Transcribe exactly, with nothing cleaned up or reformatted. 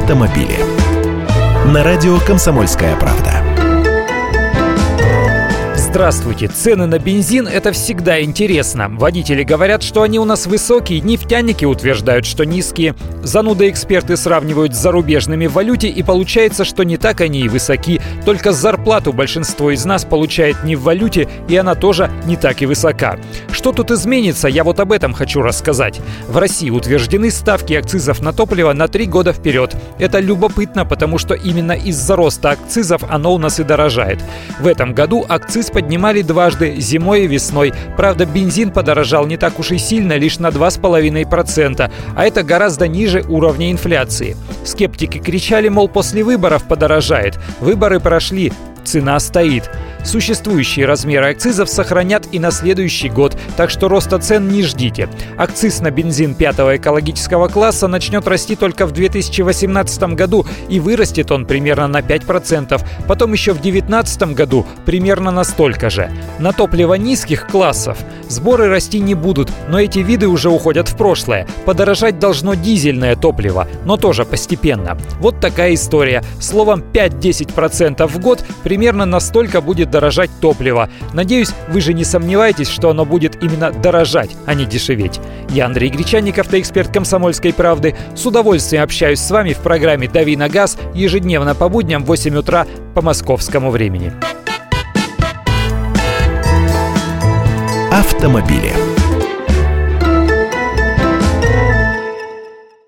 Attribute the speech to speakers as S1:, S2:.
S1: автомобили. На радио «Комсомольская правда».
S2: Здравствуйте. Цены на бензин – это всегда интересно. Водители говорят, что они у нас высокие, нефтяники утверждают, что низкие. Зануды-эксперты сравнивают с зарубежными в валюте, и получается, что не так они и высоки. Только зарплату большинство из нас получает не в валюте, и она тоже не так и высока. Что тут изменится, я вот об этом хочу рассказать. В России утверждены ставки акцизов на топливо на три года вперед. Это любопытно, потому что именно из-за роста акцизов оно у нас и дорожает. В этом году акциз поднимается поднимали дважды, зимой и весной. Правда, бензин подорожал не так уж и сильно, лишь на два с половиной процента, а это гораздо ниже уровня инфляции. Скептики кричали, мол, после выборов подорожает. Выборы прошли, цена стоит. Существующие размеры акцизов сохранят и на следующий год, так что роста цен не ждите. Акциз на бензин пятого экологического класса начнет расти только в две тысячи восемнадцатом году, и вырастет он примерно на пять процентов. Потом еще в две тысячи девятнадцатом году примерно на столько же. На топливо низких классов сборы расти не будут, но эти виды уже уходят в прошлое. Подорожать должно дизельное топливо, но тоже постепенно. Вот такая история. Словом, пять-десять процентов в год примерно настолько будет дорожать топливо. Надеюсь, вы же не сомневаетесь, что оно будет именно дорожать, а не дешеветь. Я Андрей Гречанник, автоэксперт «Комсомольской правды». С удовольствием общаюсь с вами в программе «Дави на газ» ежедневно по будням в восемь утра по московскому времени.
S1: Автомобили.